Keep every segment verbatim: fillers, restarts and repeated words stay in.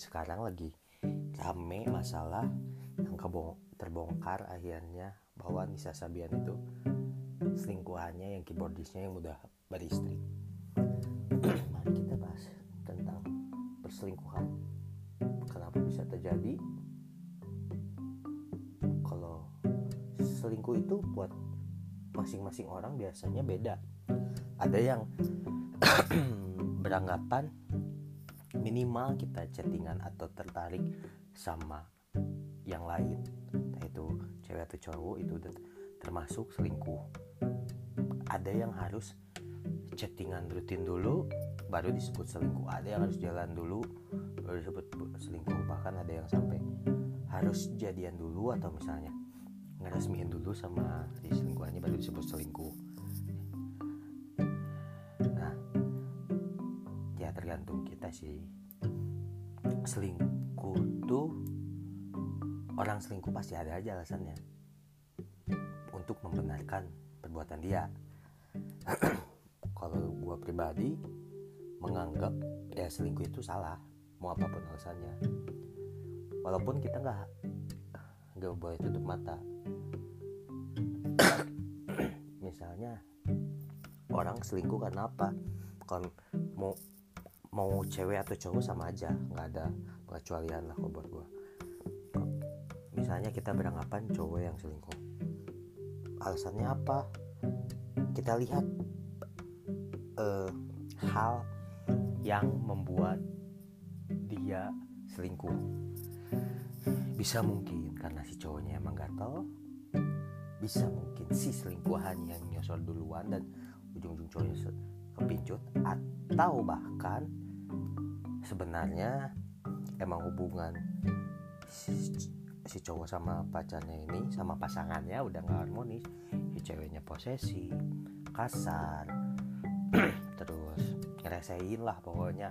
sekarang lagi rame masalah yang kebong- terbongkar akhirnya bahwa Nisa Sabian itu selingkuhannya yang keyboardisnya yang udah beristri. Mari kita bahas tentang perselingkuhan. Kenapa bisa terjadi? Kalau selingkuh itu buat masing-masing orang biasanya beda. Ada yang beranggapan minimal kita chattingan atau tertarik sama yang lain, entah itu cewek atau cowok, itu udah termasuk selingkuh. Ada yang harus chattingan rutin dulu baru disebut selingkuh. Ada yang harus jalan dulu baru disebut selingkuh. Bahkan ada yang sampai harus jadian dulu atau misalnya ngeresmiin dulu sama si selingkuhannya baru disebut selingkuh. Nah, ya tergantung kita sih. Selingkuh tuh, orang selingkuh pasti ada aja alasannya untuk membenarkan perbuatan dia. Kalau gue pribadi menganggap ya selingkuh itu salah, mau apapun alasannya. Walaupun kita nggak nggak boleh tutup mata. Misalnya orang selingkuh karena apa? Kalau mau mau cewek atau cowok sama aja, nggak ada pengecualian lah kalau buat gue. Misalnya kita beranggapan cowok yang selingkuh, alasannya apa? Kita lihat uh, hal yang membuat dia selingkuh. Bisa mungkin karena si cowoknya emang gatel, bisa mungkin si selingkuhan yang nyosor duluan dan ujung-ujung cowoknya kepincut, atau bahkan sebenarnya emang hubungan si, si cowok sama pacarnya ini, sama pasangannya udah gak harmonis. Si ceweknya posesif, kasar, terus ngeresein lah pokoknya.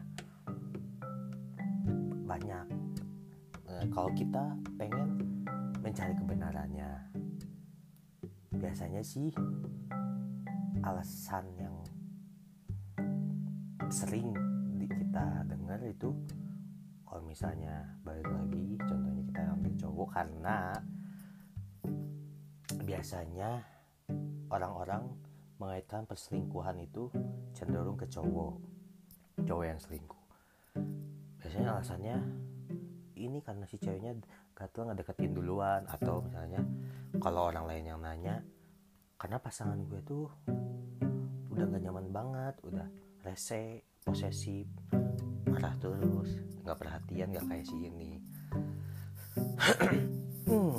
Banyak. Nah, kalau kita pengen mencari kebenarannya, biasanya sih alasan yang sering kita dengar itu, kalau misalnya balik lagi contohnya kita ambil cowok, karena biasanya orang-orang mengaitkan perselingkuhan itu cenderung ke cowok cowok yang selingkuh. Biasanya alasannya ini karena si ceweknya gatel ngedeketin duluan, atau misalnya kalau orang lain yang nanya, karena pasangan gue tuh udah gak nyaman banget, udah rese, posesif, marah terus, gak perhatian, gak kayak si ini. hmm.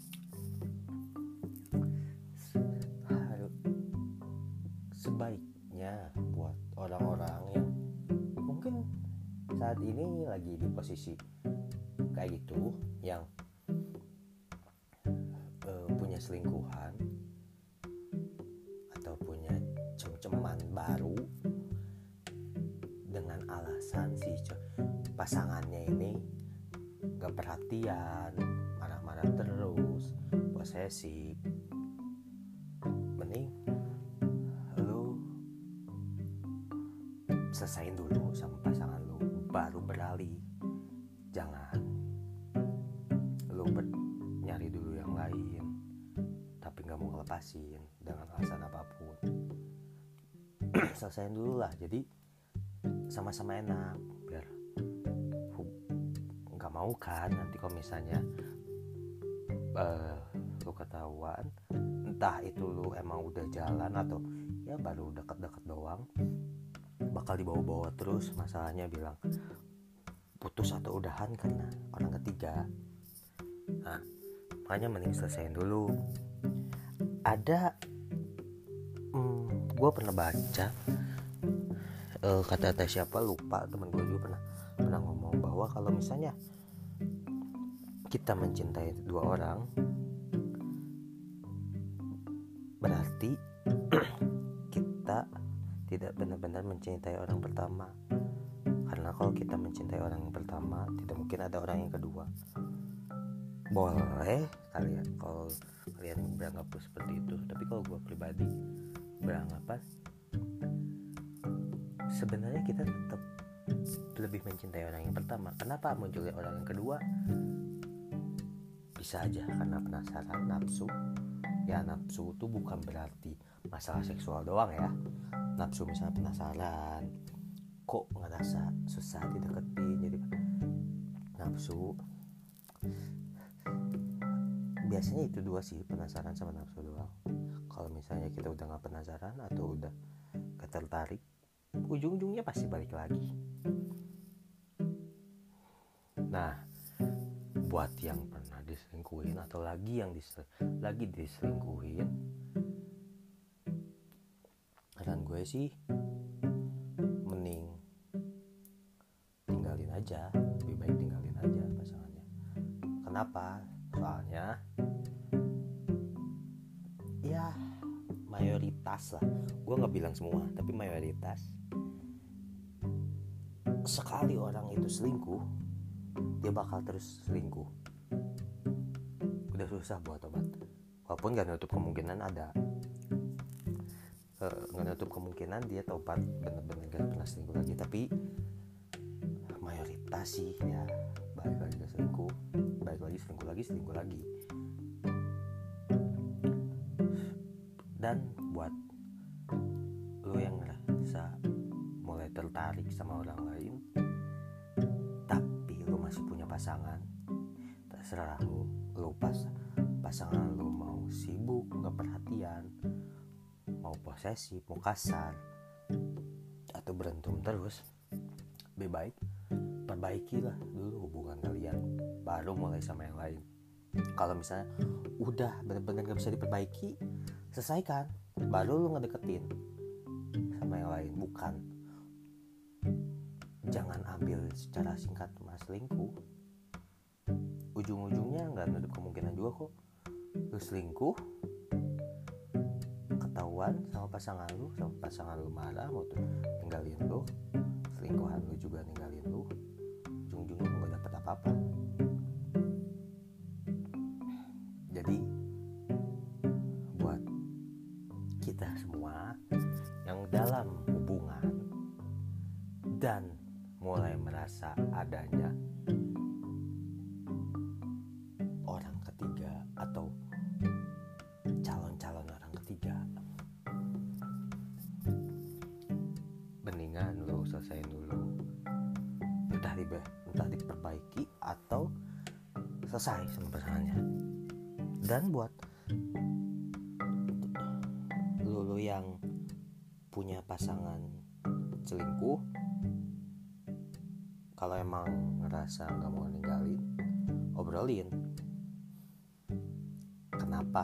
Sebaiknya buat orang-orang yang mungkin saat ini lagi di posisi kayak gitu, yang uh, punya selingkuhan atau punya cem-ceman baru dengan alasan si pasangannya ini gak perhatian, marah-marah terus, posesif, mending lu selesain dulu sama pasangan lu baru beralih. Jangan lu ber- nyari dulu yang lain tapi gak mau ngelepasin dengan alasan apapun. Selesain dulu lah, jadi sama-sama enak, biar gak mau kan nanti kalau misalnya uh, lu ketahuan, entah itu lu emang udah jalan atau ya baru deket-deket doang, bakal dibawa-bawa terus masalahnya, bilang putus atau udahan karena orang ketiga. Nah, makanya mending selesaiin dulu. Ada hmm, gue pernah baca uh, kata-kata siapa lupa, teman gue juga pernah pernah ngomong bahwa kalau misalnya kita mencintai dua orang, berarti kita tidak benar-benar mencintai orang pertama. Karena kalau kita mencintai orang yang pertama, tidak mungkin ada orang yang kedua. Boleh kalian kalau kalian beranggap seperti itu, tapi kalau gue pribadi beranggapan sebenarnya kita tetap lebih mencintai orang yang pertama. Kenapa munculnya orang yang kedua? Bisa aja karena penasaran, nafsu. Ya nafsu itu bukan berarti masalah seksual doang ya. Nafsu misalnya penasaran, kok ngerasa susah dideketin, jadi nafsu. Biasanya itu dua sih, penasaran sama nafsu doang. Kalau misalnya kita udah gak penasaran atau udah gak tertarik, ujung-ujungnya pasti balik lagi. Nah, buat yang pernah diselingkuhin atau lagi yang disel- lagi diselingkuhin, saran gue sih mending tinggalin aja, lebih baik tinggalin aja pasangannya. Kenapa? Soalnya ya mayoritas lah, gue nggak bilang semua tapi mayoritas, sekali orang itu selingkuh dia bakal terus selingkuh. Udah susah buat obat, walaupun gak nutup kemungkinan ada uh, gak nutup kemungkinan dia tobat bener-bener gak pernah selingkuh lagi, tapi mayoritas sih ya balik lagi ke selingkuh, balik lagi selingkuh lagi selingkuh lagi. Dan buat lo yang ngerasa mulai tertarik sama orang lain tapi lo masih punya pasangan, terserah lo, lo pas pasangan lo mau sibuk, gak perhatian, mau posesif, mau kasar, atau berantem terus, lebih baik perbaikilah dulu hubungan kalian, baru mulai sama yang lain. Kalau misalnya udah benar-benar gak bisa diperbaiki, selesaikan, baru lu ngedeketin sama yang lain. Bukan, jangan ambil secara singkat mas selingkuh, ujung-ujungnya gak nutup kemungkinan juga kok lu selingkuh, ketahuan sama pasangan lu, sama pasangan lu marah mau tuh ninggalin lu, selingkuhan lu juga ninggalin lu, ujung-ujungnya gak dapet apa-apa. Jadi buat kita semua yang dalam hubungan dan mulai merasa adanya orang ketiga atau calon-calon orang ketiga, mendingan lo selesaiin dulu, entah di entah diperbaiki atau selesai sama pasangannya. Dan buat lo yang punya pasangan selingkuh, kalau emang ngerasa gak mau ninggalin, obrolin kenapa.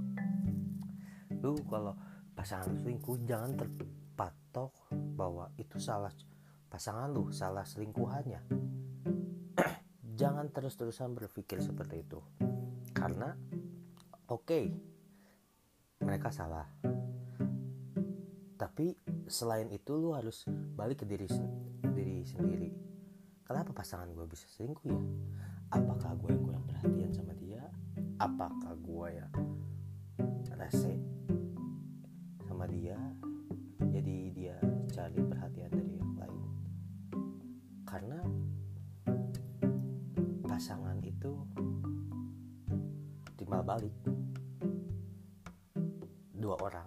Lu kalau pasangan lu selingkuh, jangan terpatok bahwa itu salah pasangan lu, salah selingkuhannya. Jangan terus-terusan berpikir seperti itu, karena oke okay, mereka salah, tapi selain itu lu harus balik ke diri, diri sendiri. Kenapa pasangan gue bisa selingkuh ya? Apakah gue yang kurang perhatian sama dia? Apakah gue yang rese sama dia, jadi dia cari perhatian dari yang lain? Karena pasangan itu timbal balik, dua orang,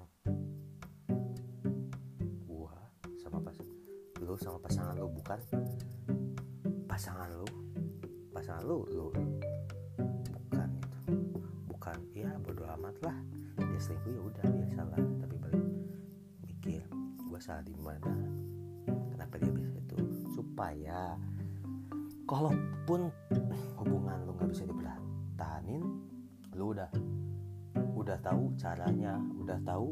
gua sama pasangan lu sama pasangan lu, bukan pasangan lu pasangan lu lu bukan itu, bukan ya bodo amat lah dia selingkuh, ya udah dia salah, tapi balik mikir gua salah di mana, kenapa dia bisa itu, supaya kalaupun hubungan lu nggak bisa dipertahanin, lu udah udah tahu caranya, udah tahu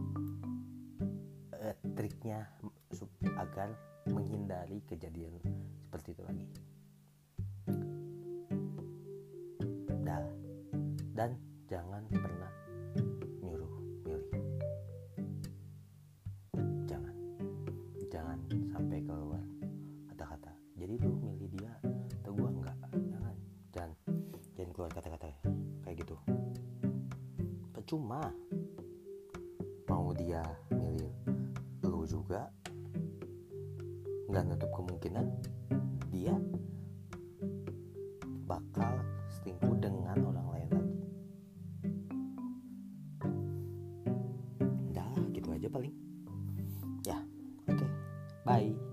eh, triknya agar menghindari kejadian seperti itu lagi. Dah. Dan jangan pernah nyuruh milih. Jangan. Jangan sampai keluar kata-kata, jadi lu milih dia atau gua enggak. Jangan. Jangan. Jangan keluar kata-kata kayak gitu. Percuma. Mau dia milih lu juga nggak nutup kemungkinan dia bakal selingkuh dengan orang lain lagi. Udah gitu aja paling ya. Oke, okay. Bye.